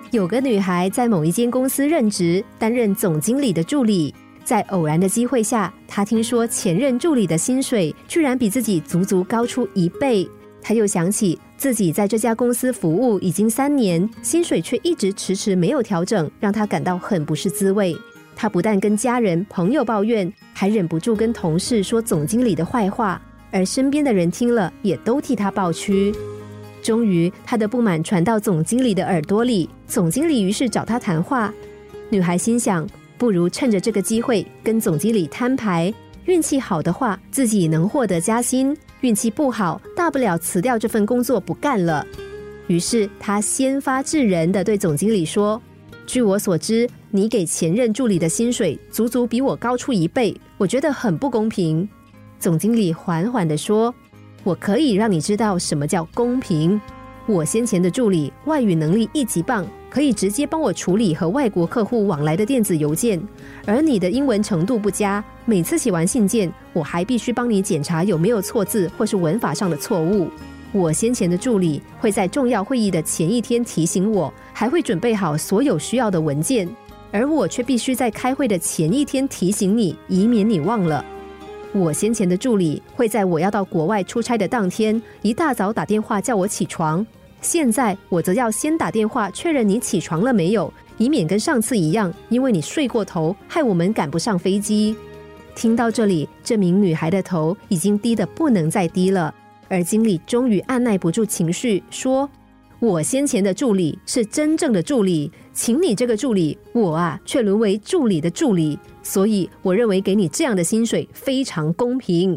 有个女孩在某一间公司任职，担任总经理的助理。在偶然的机会下，她听说前任助理的薪水居然比自己足足高出1倍。她又想起自己在这家公司服务已经3年，薪水却一直迟迟没有调整，让她感到很不是滋味。她不但跟家人朋友抱怨，还忍不住跟同事说总经理的坏话，而身边的人听了也都替她抱屈。终于她的不满传到总经理的耳朵里，总经理于是找她谈话。女孩心想，不如趁着这个机会跟总经理摊牌，运气好的话自己能获得加薪，运气不好大不了辞掉这份工作不干了。于是她先发制人地对总经理说，据我所知，你给前任助理的薪水足足比我高出1倍，我觉得很不公平。总经理缓缓地说，我可以让你知道什么叫公平。我先前的助理外语能力1级棒，可以直接帮我处理和外国客户往来的电子邮件，而你的英文程度不佳，每次写完信件，我还必须帮你检查有没有错字或是文法上的错误。我先前的助理会在重要会议的前一天提醒我，还会准备好所有需要的文件，而我却必须在开会的前一天提醒你，以免你忘了。我先前的助理会在我要到国外出差的当天一大早打电话叫我起床，现在我则要先打电话确认你起床了没有，以免跟上次一样，因为你睡过头害我们赶不上飞机。听到这里，这名女孩的头已经低得不能再低了，而经理终于按耐不住情绪说，我先前的助理是真正的助理，请你这个助理，我却沦为助理的助理，所以我认为给你这样的薪水非常公平。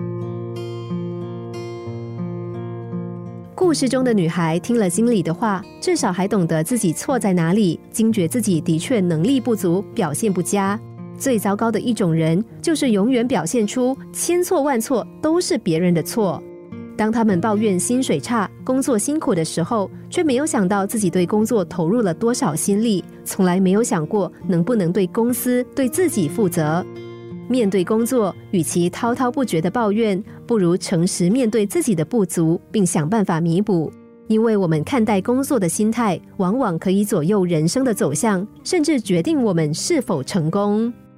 故事中的女孩听了经理的话，至少还懂得自己错在哪里，惊觉自己的确能力不足，表现不佳。最糟糕的一种人，就是永远表现出千错万错都是别人的错。当他们抱怨薪水差、工作辛苦的时候，却没有想到自己对工作投入了多少心力，从来没有想过能不能对公司、对自己负责。面对工作，与其滔滔不绝地抱怨，不如诚实面对自己的不足，并想办法弥补。因为我们看待工作的心态，往往可以左右人生的走向，甚至决定我们是否成功。